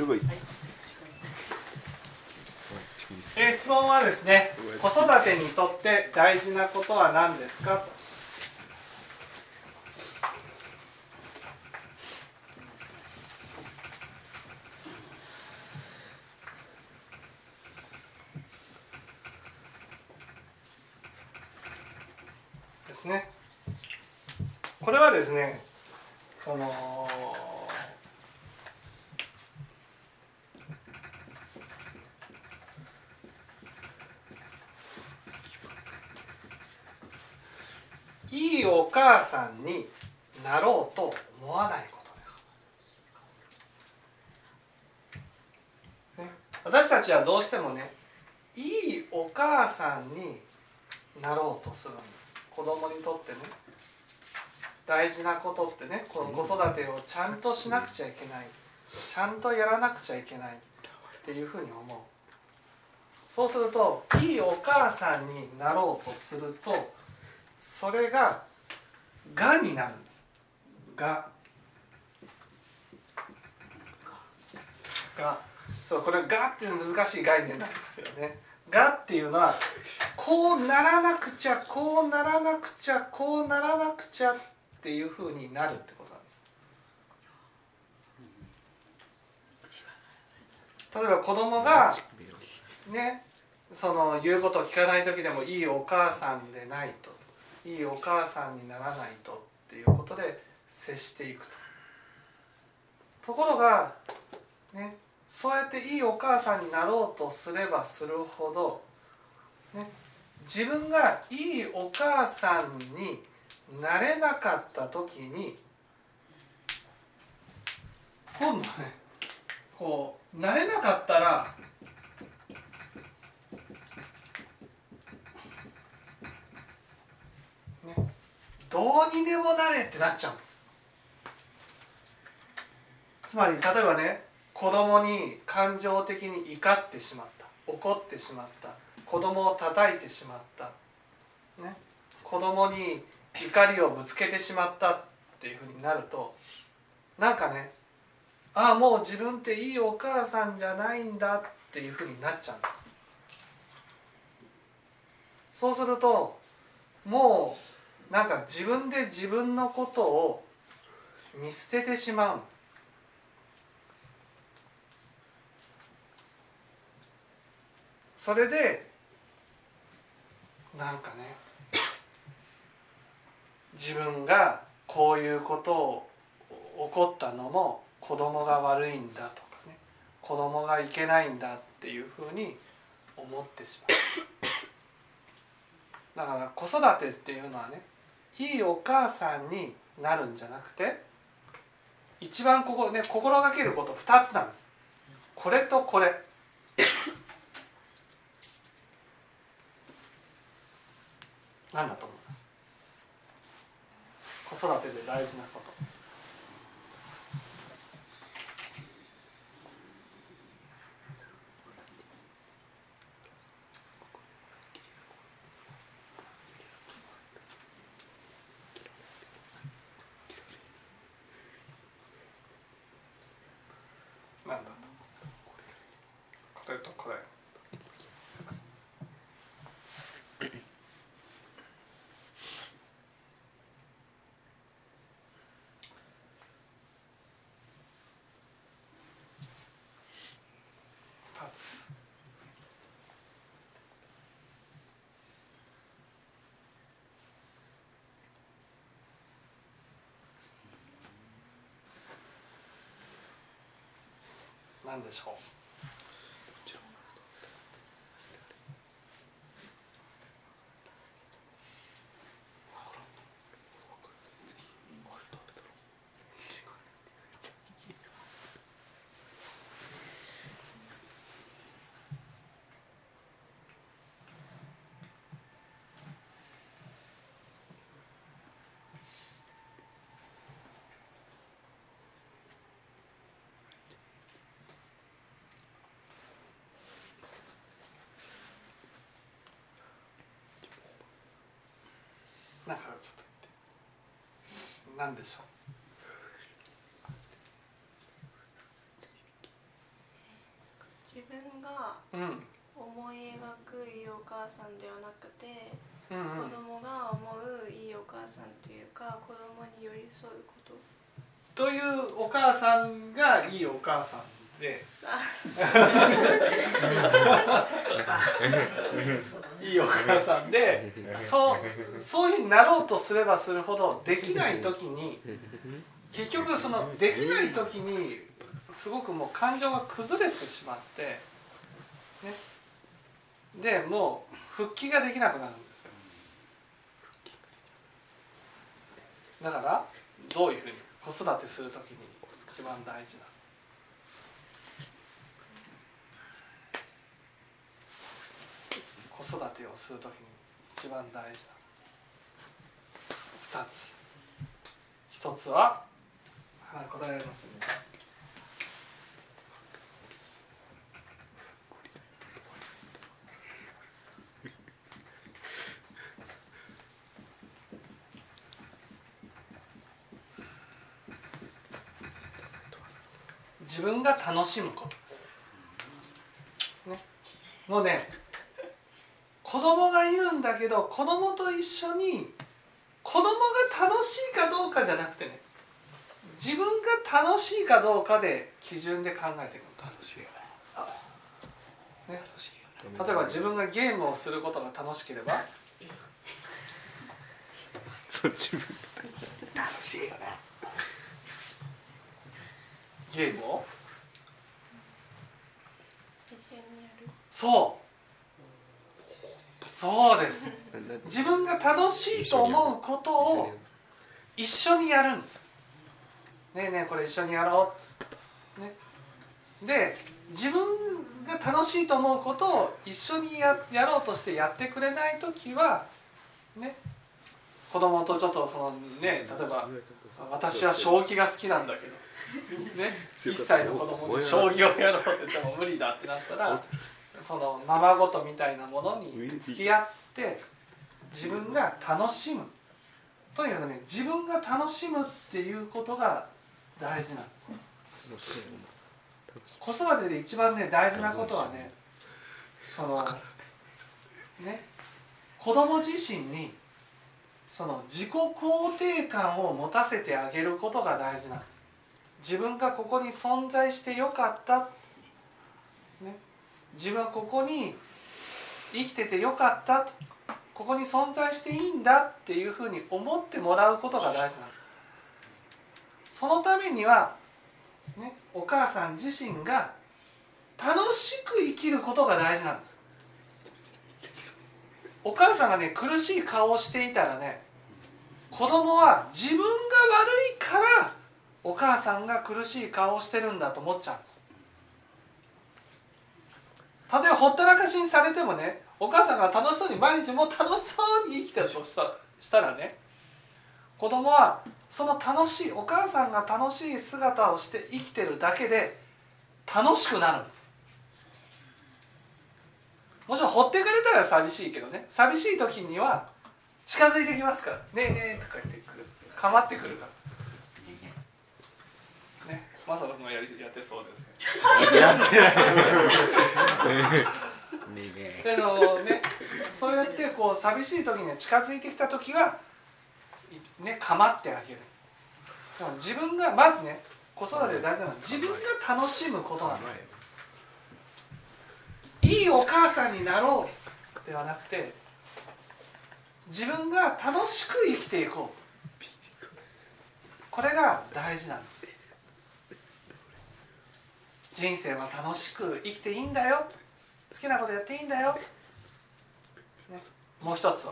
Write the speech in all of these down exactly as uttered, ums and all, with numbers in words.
ごい、 えー、質問はですね、子育てにとって大事なことは何ですかと。ですね。これはですね、そのいいお母さんになろうと思わないことです、ね、私たちはどうしてもね、いいお母さんになろうとするんです。子供にとってね、大事なことってね、この子育てをちゃんとしなくちゃいけない、ちゃんとやらなくちゃいけないっていうふうに思う。そうすると、いいお母さんになろうとすると、それが我になるんです。我。我。そう、これ我っていう難しい概念なんですけどね。我っていうのは、こうならなくちゃ、こうならなくちゃ、こうならなくちゃっていうふうになるってことなんです。例えば子供がね、その言うことを聞かない時でもいいお母さんでないと、いいお母さんにならないとっていうことで接していくと。ところがね、そうやっていいお母さんになろうとすればするほど、ね、自分がいいお母さんになれなかった時に、今度ね、こうなれなかったらね、どうにでもなれってなっちゃうんです。つまり例えばね、子供に感情的に怒ってしまった、怒ってしまった、子供を叩いてしまった、ね、子供に怒りをぶつけてしまったっていうふうになると、なんかね、ああもう自分っていいお母さんじゃないんだっていうふうになっちゃうんです。そうするともうなんか自分で自分のことを見捨ててしまうんです。それでなんかね、自分がこういうことを起こったのも子供が悪いんだとかね、子供がいけないんだっていうふうに思ってしまう。だから子育てっていうのはね、いいお母さんになるんじゃなくて、一番ここね、心がけることふたつなんです。これとこれ。何だと思います？子育てで大事なこと。何だと？これとこれ。ふたつ。何でしょう？なんかちょっと言って。何でしょう？ 自分がうん思い描くいいお母さんではなくて、 うんうん、 子供が思ういいお母さんというか、子供に寄り添うことというお母さんがいいお母さんでいいお母さんで、そう、そういうふうになろうとすればするほどできない時に、結局そのできない時にすごくもう感情が崩れてしまって、ね、でもう復帰ができなくなるんですよ。だからどういうふうに子育てする時に一番大事な子育てをする時に一番大事なふたつ。ひとつは、はい、答えられますね。自分が楽しむことです、ね、もうね、子供がいるんだけど、子供と一緒に子供が楽しいかどうかじゃなくてね、自分が楽しいかどうかで基準で考えていく。楽しいよね。ね、例えば自分がゲームをすることが楽しければそう、自分が楽しいよね。 ゲームを一緒にやる。 そうそうです。自分が楽しいと思うことを一緒にやるんです。ねえねえこれ一緒にやろう、ね、で自分が楽しいと思うことを一緒に や, やろうとしてやってくれないときは、ね、子供とちょっとそのね、例えば私は将棋が好きなんだけどね、いっさいの子供に将棋をやろうって言っても無理だってなったら、そのままごとみたいなものに付き合って自分が楽しむ、とにかくね、自分が楽しむっていうことが大事なんです。子育てで一番ね大事なことはね、そのね、子供自身にその自己肯定感を持たせてあげることが大事なんです。自分がここに存在してよかった、ね、自分はここに生きててよかった、ここに存在していいんだっていうふうに思ってもらうことが大事なんです。そのためには、ね、お母さん自身が楽しく生きることが大事なんです。お母さんがね苦しい顔をしていたらね、子供は自分が悪いからお母さんが苦しい顔をしてるんだと思っちゃうんです。例えばほったらかしにされてもね、お母さんが楽しそうに毎日も楽しそうに生きてるとしたしたらね、子供はその楽しいお母さんが楽しい姿をして生きてるだけで楽しくなるんです。もちろん放ってくれたら寂しいけどね、寂しい時には近づいてきますから、ねえねえとか言ってくる、かまってくるからね。マサ君がやりやってそうですね。やってないでのね、そうやってこう寂しい時に近づいてきた時はね、かまってあげる。でも自分がまずね、子育てで大事なのは自分が楽しむことなんですよ。いいお母さんになろうではなくて、自分が楽しく生きていこう、これが大事なんです。人生は楽しく生きていいんだよ、好きなことやっていいんだよ、ね、もう一つは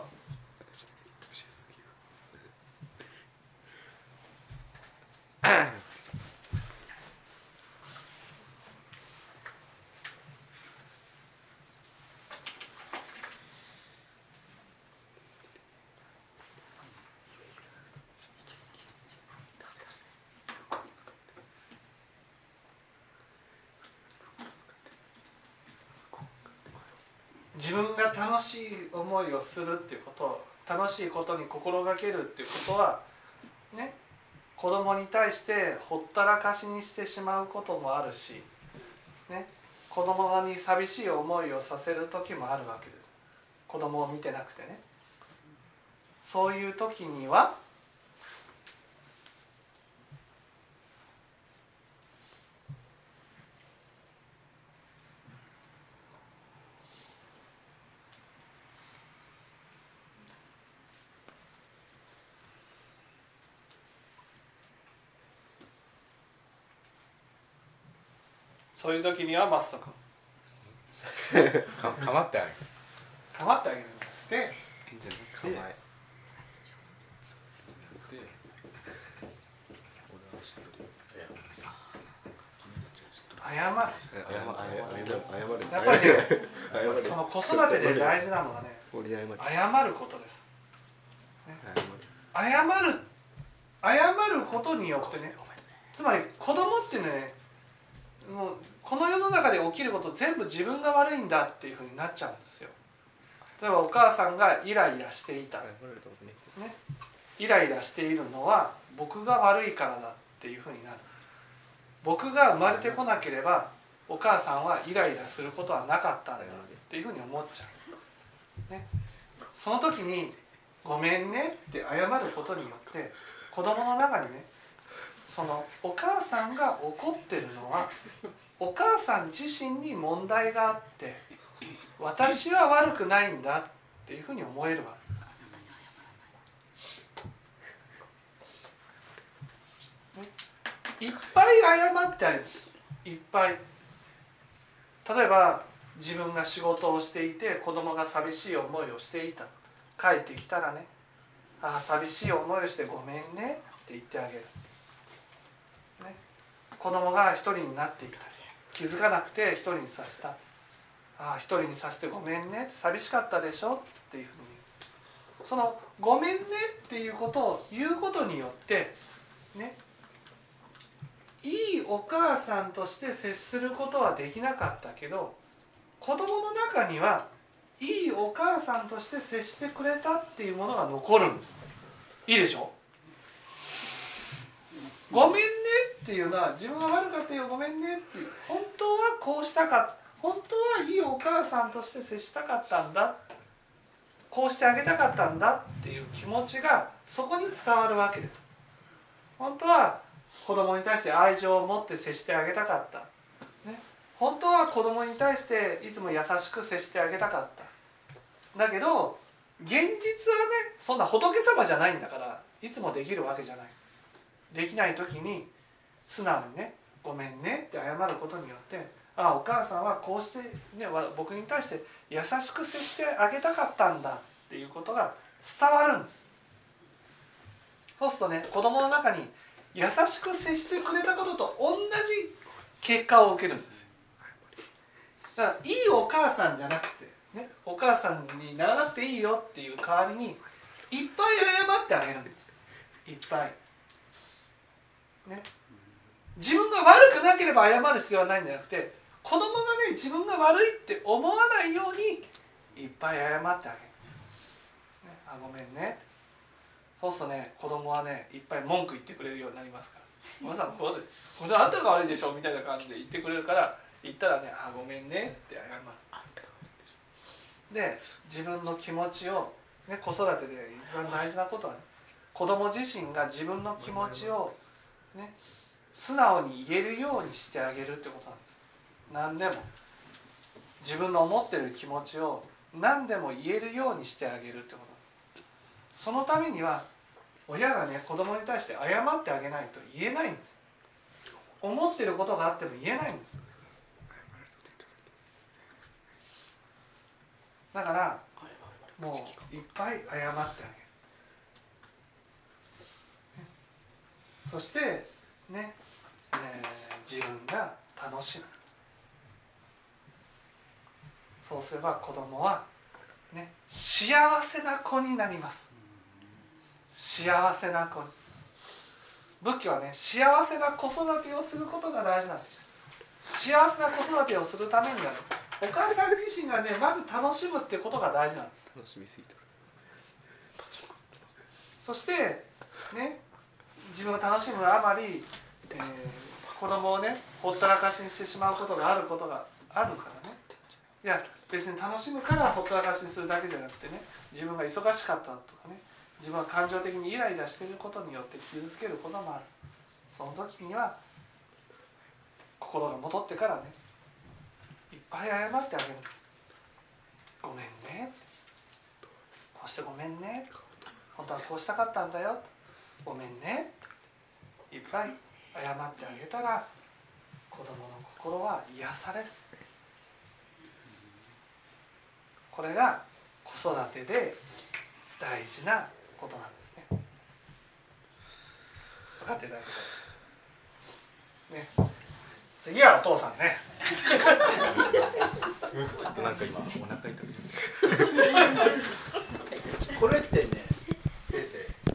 自分が楽しい思いをするっていうこと、楽しいことに心がけるっていうことはね、子供に対してほったらかしにしてしまうこともあるし、ね、 子供に寂しい思いをさせる時もあるわけです。子供を見てなくてね。そういう時にはそういう時にはマスト君かかまってあげるかまってあげるんだって構え謝る謝るやっぱりねその子育てで大事なのはね謝ることです、ね、謝る謝ることによってねつまり子供ってねもうこの世の中で起きること全部自分が悪いんだっていうふうになっちゃうんですよ。例えばお母さんがイライラしていた、ね、イライラしているのは僕が悪いからだっていうふうになる。僕が生まれてこなければお母さんはイライラすることはなかったんだっていうふうに思っちゃう、ね、その時にごめんねって謝ることによって子供の中にねそのお母さんが怒ってるのはお母さん自身に問題があって私は悪くないんだっていうふうに思えるわけ、ね、いっぱい謝ってあげるんです。いっぱい。例えば自分が仕事をしていて子供が寂しい思いをしていた。帰ってきたらねああ寂しい思いをしてごめんねって言ってあげる。ね、子供が一人になっていた気づかなくて一人にさせたああ一人にさせてごめんね寂しかったでしょっていうふうにそのごめんねっていうことを言うことによってねいいお母さんとして接することはできなかったけど子供の中にはいいお母さんとして接してくれたっていうものが残るんです。いいでしょ。ごめんねっていうのは自分が悪かったよごめんねっていう本当はこうしたか本当はいいお母さんとして接したかったんだこうしてあげたかったんだっていう気持ちがそこに伝わるわけです。本当は子供に対して愛情を持って接してあげたかった、ね、本当は子供に対していつも優しく接してあげたかっただけど現実はねそんな仏様じゃないんだからいつもできるわけじゃない。できない時に素直にねごめんねって謝ることによってああお母さんはこうして、ね、僕に対して優しく接してあげたかったんだっていうことが伝わるんです。そうするとね子供の中に優しく接してくれたことと同じ結果を受けるんですよ。だからいいお母さんじゃなくて、ね、お母さんにならなくていいよっていう代わりにいっぱい謝ってあげるんです。いっぱいね、自分が悪くなければ謝る必要はないんじゃなくて子供がね自分が悪いって思わないようにいっぱい謝ってあげる、ね、あごめんねそうするとね子供はねいっぱい文句言ってくれるようになりますから皆さんこれこれあんたが悪いでしょみたいな感じで言ってくれるから言ったらねあごめんねって謝る。で自分の気持ちを、ね、子育てで一番大事なことはね子供自身が自分の気持ちをね、素直に言えるようにしてあげるってことなんです。何でも自分の思ってる気持ちを何でも言えるようにしてあげるってこと。そのためには親がね子供に対して謝ってあげないと言えないんです。思ってることがあっても言えないんです。だからもういっぱい謝ってあげる。そしてね、えー、自分が楽しむ。そうすれば子供はね幸せな子になります。幸せな子に。仏教はね幸せな子育てをすることが大事なんです。幸せな子育てをするためには、ね、お母さん自身がねまず楽しむってことが大事なんです。 楽しみすぎとる。 そしてね自分が楽しむあまり、えー、子供をねほったらかしにしてしまうことがあることがあるからね。いや別に楽しむからほったらかしにするだけじゃなくてね、自分が忙しかったとかね、自分は感情的にイライラしていることによって傷つけることもある。その時には心が戻ってからね、いっぱい謝ってあげるんです。ごめんね、こうしてごめんね、本当はこうしたかったんだよ、ごめんね、いっぱい謝ってあげたら子供の心は癒される。これが子育てで大事なことなんですね。分かっていただけたらね。次はお父さんね。 ちょっとなんか今お腹痛い。 これって